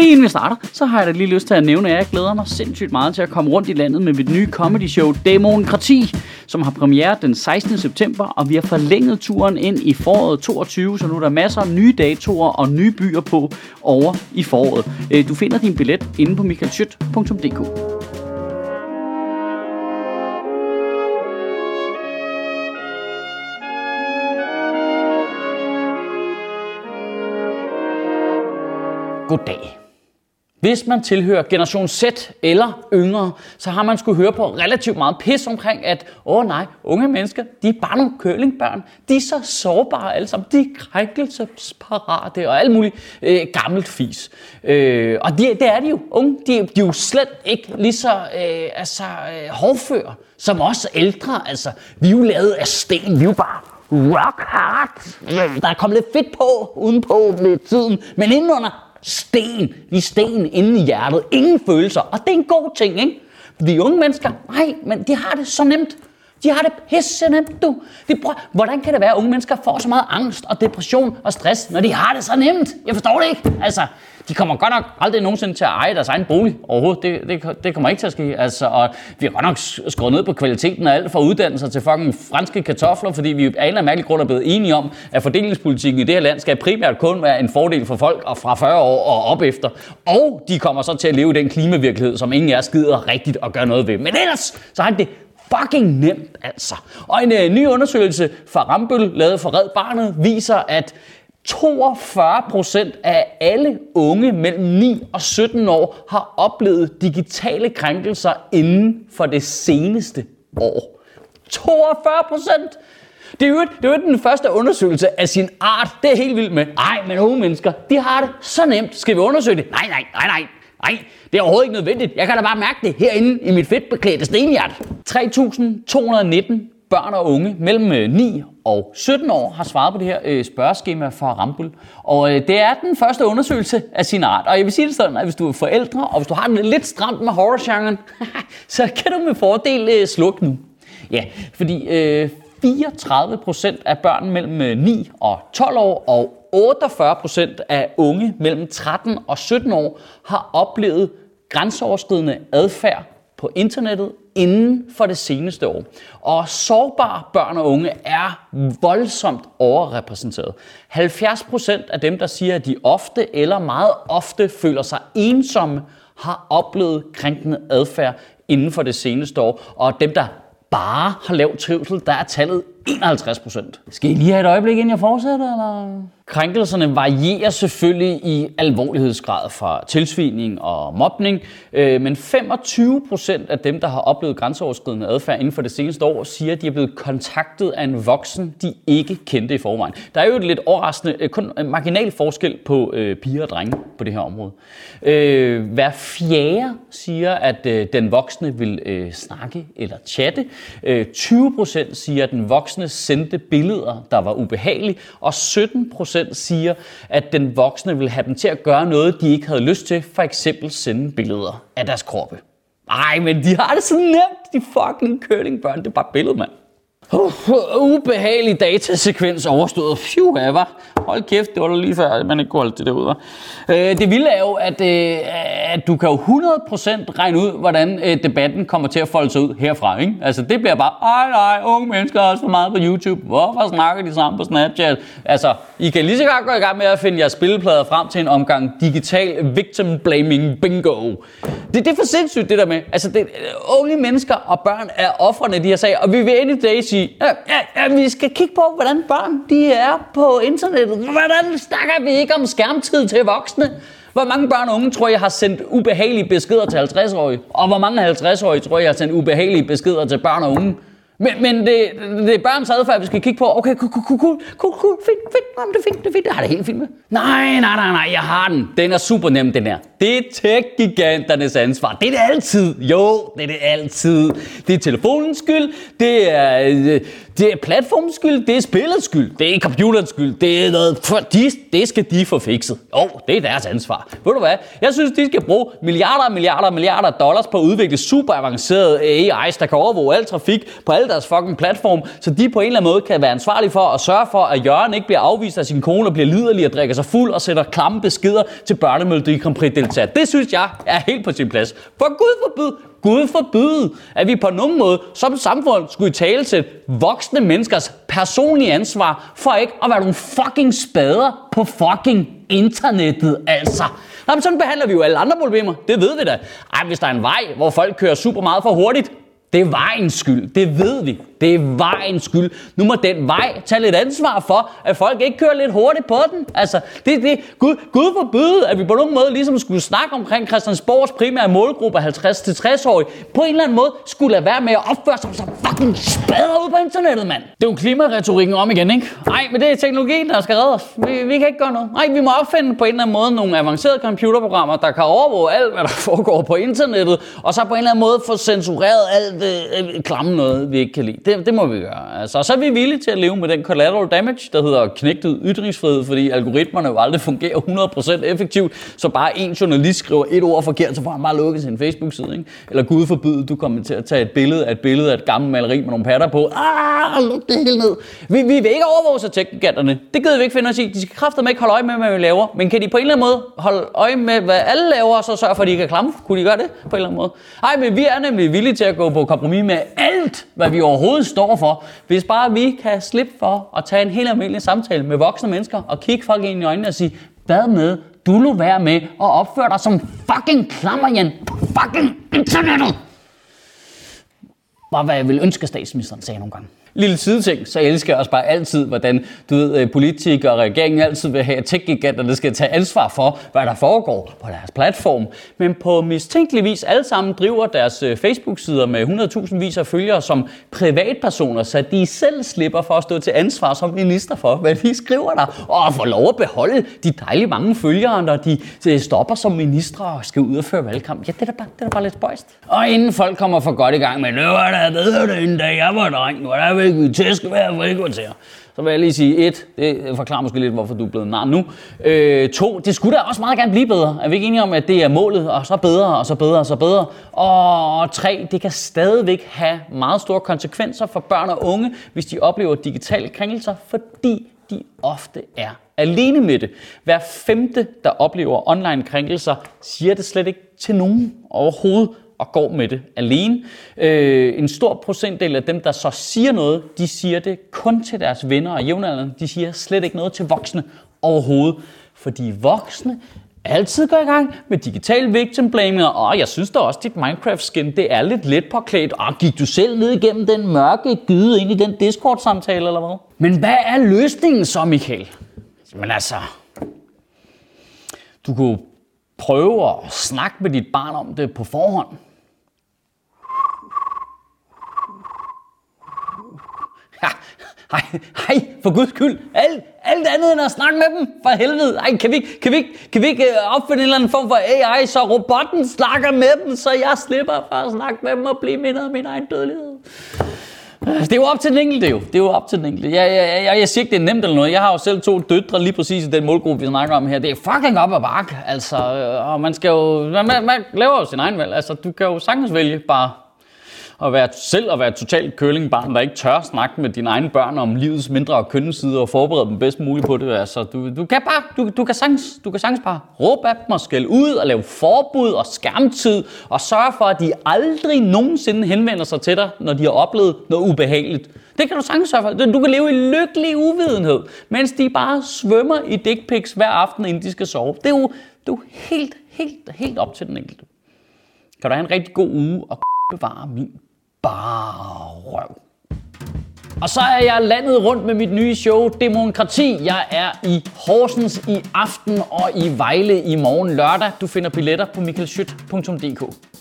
Lige inden vi starter, så har jeg da lige lyst til at nævne, at jeg glæder mig sindssygt meget til at komme rundt i landet med mit nye comedy show Dæmonkrati, som har premiere den 16. september, og vi har forlænget turen ind i foråret 22, så nu er der masser af nye datoer og nye byer på over i foråret. Du finder din billet inde på michaelschødt.dk. Goddag. Hvis man tilhører generation Z eller yngre, så har man skulle høre på relativt meget pis omkring, at unge mennesker, de er bare nogle curlingbørn. De er så sårbare alle sammen. De er krænkelsesparate og alt muligt gammelt fis. Og det er de jo. Unge, de er jo slet ikke lige så hårdføre som os ældre. Altså, vi er jo lavet af sten. Vi er jo bare rock hard. Der er kommet lidt fedt på udenpå med tiden, men indenunder sten. Vi er sten inde i hjertet. Ingen følelser. Og det er en god ting, ikke? De unge mennesker, nej, men de har det så nemt. De har det pisse nemt, du. Hvordan kan det være, at unge mennesker får så meget angst og depression og stress, når de har det så nemt? Jeg forstår det ikke. Altså, de kommer godt nok aldrig nogensinde til at eje deres egen bolig overhovedet. Det kommer ikke til at ske. Altså, og vi har godt nok skåret ned på kvaliteten af alt fra uddannelser til fucking franske kartofler, fordi vi af en eller anden mærkelig grund er blevet enige om, at fordelingspolitikken i det her land skal primært kun være en fordel for folk og fra 40 år og op efter. Og de kommer så til at leve i den klimavirkelighed, som ingen af jer gider rigtigt at gøre noget ved. Men ellers, så har det fucking nemt, altså. Og en ny undersøgelse fra Rambøll, lavet for Red Barnet, viser, at 42% af alle unge mellem 9 og 17 år har oplevet digitale krænkelser inden for det seneste år. 42%! Det er jo den første undersøgelse af sin art. Det er helt vildt med. Nej, men unge mennesker, de har det så nemt. Skal vi undersøge det? Nej, det er overhovedet ikke nødvendigt. Jeg kan da bare mærke det herinde i mit fedtbeklædte stenhjerte. 3.219 børn og unge mellem 9 og 17 år har svaret på det her spørgeskema fra Rambøll. Og det er den første undersøgelse af sin art. Og jeg vil sige det sådan, at hvis du er forældre, og hvis du har det lidt stramt med horrorgenren, så kan du med fordel slukke nu. Ja, fordi 34% af børn mellem 9 og 12 år og 48% af unge mellem 13 og 17 år har oplevet grænseoverskridende adfærd på internettet inden for det seneste år. Og sårbare børn og unge er voldsomt overrepræsenteret. 70% af dem, der siger, at de ofte eller meget ofte føler sig ensomme, har oplevet krænkende adfærd inden for det seneste år. Og dem, der bare har lav trivsel, der er tallet 51%. Skal I lige have et øjeblik, inden jeg fortsætter, eller? Krænkelserne varierer selvfølgelig i alvorlighedsgrad fra tilsvining og mobning, men 25% af dem, der har oplevet grænseoverskridende adfærd inden for det seneste år, siger, at de er blevet kontaktet af en voksen, de ikke kendte i forvejen. Der er jo et lidt overraskende, kun en marginal forskel på piger og drenge på det her område. Hver fjerde siger, at den voksne vil snakke eller chatte. 20% siger, at den voksne sendte billeder, der var ubehagelige, og 17% siger, at den voksne vil have dem til at gøre noget, de ikke havde lyst til, for eksempel sende billeder af deres kroppe. Ej, men de har det så nemt, de fucking curlingbørn. Det er bare billedet, mand. Ubehagelig datasekvens overstået. Phew, hold kæft, det var da lige før, man ikke kunne holde det derude. Det vilde er jo, at du kan jo 100% regne ud, hvordan debatten kommer til at folde sig ud herfra, ikke? Altså, det bliver bare, nej, unge mennesker er også for meget på YouTube. Hvorfor snakker de sammen på Snapchat? Altså, I kan lige så godt gå i gang med at finde jeres spilleplader frem til en omgang digital victim blaming bingo. Det er for sindssygt, det der med. Altså, unge mennesker og børn er ofrene i de her sager, og vi vil any day sige, vi skal kigge på, hvordan børn de er på internettet. Hvordan snakker vi ikke om skærmtid til voksne? Hvor mange børn og unge tror jeg har sendt ubehagelige beskeder til 50-årige? Og hvor mange 50-årige tror jeg har sendt ubehagelige beskeder til børn og unge? Men det er børns adfærd, vi skal kigge på. Okay, cool, fint, det har det helt fint med. Nej, jeg har den. Den er super nem, den her. Det er tech-giganternes ansvar. Det er det altid. Jo, det er det altid. Det er telefonens skyld, det er platformens skyld, det er spillets skyld, det er computerens skyld, det er noget, det skal de få fikset. Jo, det er deres ansvar. Ved du hvad? Jeg synes, de skal bruge milliarder af dollars på at udvikle super avancerede AI's, der kan overvåge al trafik på alle deres fucking platform, så de på en eller anden måde kan være ansvarlige for at sørge for, at Jørgen ikke bliver afvist af sin kone og bliver liderlig og drikker sig fuld og sætter klamme beskeder til børnemelodi Grand Prix deltager. Det synes jeg er helt på sin plads. For Gud forbyde, at vi på nogen måde som samfund skulle italesætte voksne menneskers personlige ansvar for ikke at være nogle fucking spader på fucking internettet, altså. Jamen, sådan behandler vi jo alle andre problemer. Det ved vi da. Ej, hvis der er en vej, hvor folk kører super meget for hurtigt, det er vejens skyld. Det ved vi. Det er vejens skyld. Nu må den vej tage lidt ansvar for, at folk ikke kører lidt hurtigt på den. Altså, Gud forbyde, at vi på nogen måde ligesom skulle snakke omkring Christiansborgs primære målgruppe af 50-60-årige. På en eller anden måde skulle lade være med at opføre sig som fucking spader ude på internettet, mand. Det er jo klimaretorikken om igen, ikke? Nej, men det er teknologien, der skal redde os. Vi kan ikke gøre noget. Nej, vi må opfinde på en eller anden måde nogle avancerede computerprogrammer, der kan overvåge alt, hvad der foregår på internettet, og så på en eller anden måde få censureret alt klamme noget, vi ikke kan lide. Det må vi gøre. Altså, så er vi villige til at leve med den collateral damage, der hedder knægtet ytringsfrihed, fordi algoritmerne jo aldrig fungerer 100% effektivt, så bare en journalist skriver et ord forkert, så får han bare lukket sin Facebook-side, ikke? Eller Gud forbyde, du kommer til at tage et billede af et gammelt maleri med nogle patter på. Luk det hele ned. Vi vil ikke overvåge sig tech-giganterne. Det gider vi ikke finde os i. De skal kraftedeme ikke holde øje med, hvad vi laver. Men kan de på en eller anden måde holde øje med, hvad alle laver, og så sørge for, at de ikke er klamme? Kunne de gøre det på en eller anden måde? Nej, men vi er nemlig villige til at gå på kompromis med alt, hvad vi overhovedet står for, hvis bare vi kan slippe for at tage en helt almindelig samtale med voksne mennesker og kigge folk ind i øjnene og sige, hvad med, du nu være med at opføre dig som fucking klammerjen på fucking internettet. Bare hvad jeg vil ønske, statsministeren sagde nogle gange. Lille sideting, så elsker jeg også bare altid, hvordan politikere og regeringen altid vil have tech-giganter, der skal tage ansvar for, hvad der foregår på deres platform. Men på mistænkelig vis alle sammen driver deres Facebook-sider med 100.000 vis af følgere som privatpersoner, så de selv slipper for at stå til ansvar som minister for, hvad de skriver der, og får lov at beholde de dejlige mange følgere, når de stopper som ministre og skal ud og føre valgkamp. Ja, det er da bare lidt spøjst. Og inden folk kommer for godt i gang med, nu var der bedre end da jeg var dreng, nu er der vi tæsk hver frikvarter. Så vil jeg lige sige 1, det forklarer måske lidt, hvorfor du er blevet nar nu. 2, det skulle da også meget gerne blive bedre. Er vi ikke enige om, at det er målet, og så bedre, og så bedre, og så bedre? Og 3, det kan stadigvæk have meget store konsekvenser for børn og unge, hvis de oplever digitale krænkelser, fordi de ofte er alene med det. Hver 5., der oplever online krænkelser, siger det slet ikke til nogen overhovedet, og går med det alene. En stor procentdel af dem, der så siger noget, de siger det kun til deres venner og jævnaldrende. De siger slet ikke noget til voksne overhovedet. Fordi voksne altid går i gang med digital victim blaming, og jeg synes da også, dit Minecraft-skin, det er lidt let påklædt. Og gik du selv ned igennem den mørke gyde ind i den Discord-samtale, eller hvad? Men hvad er løsningen så, Michael? Men altså, du kunne prøve at snakke med dit barn om det på forhånd. Hej, for guds skyld. Alt andet end at snakke med dem, for helvede. Ej, kan vi ikke opfinde en eller anden form for AI, så robotten snakker med dem, så jeg slipper for at snakke med dem og blive mindet af min egen dødelighed. Det er jo op til den enkelte, jo. Det er jo op til den enkelte. Jeg siger ikke, det er nemt eller noget. Jeg har jo selv 2 døtre lige præcis i den målgruppe, vi snakker om her. Det er fucking op ad bakke, altså. Og man skal jo... Man laver jo sin egen valg. Altså, du kan jo sagtens vælge bare at være et totalt curlingbarn, der ikke tør snakke med dine egne børn om livets mindre kønne sider og forberede dem bedst muligt på det. Altså, du kan sagtens bare råbe af dem og skælde ud og lave forbud og skærmtid og sørge for, at de aldrig nogensinde henvender sig til dig, når de har oplevet noget ubehageligt. Det kan du sagtens sørge for. Du kan leve i lykkelig uvidenhed, mens de bare svømmer i dick pics hver aften, inden de skal sove. Det er jo helt op til den enkelte. Kan du have en rigtig god uge og bevare min bare røv. Og så er jeg landet rundt med mit nye show, Demokrati. Jeg er i Horsens i aften og i Vejle i morgen lørdag. Du finder billetter på michaelschødt.dk.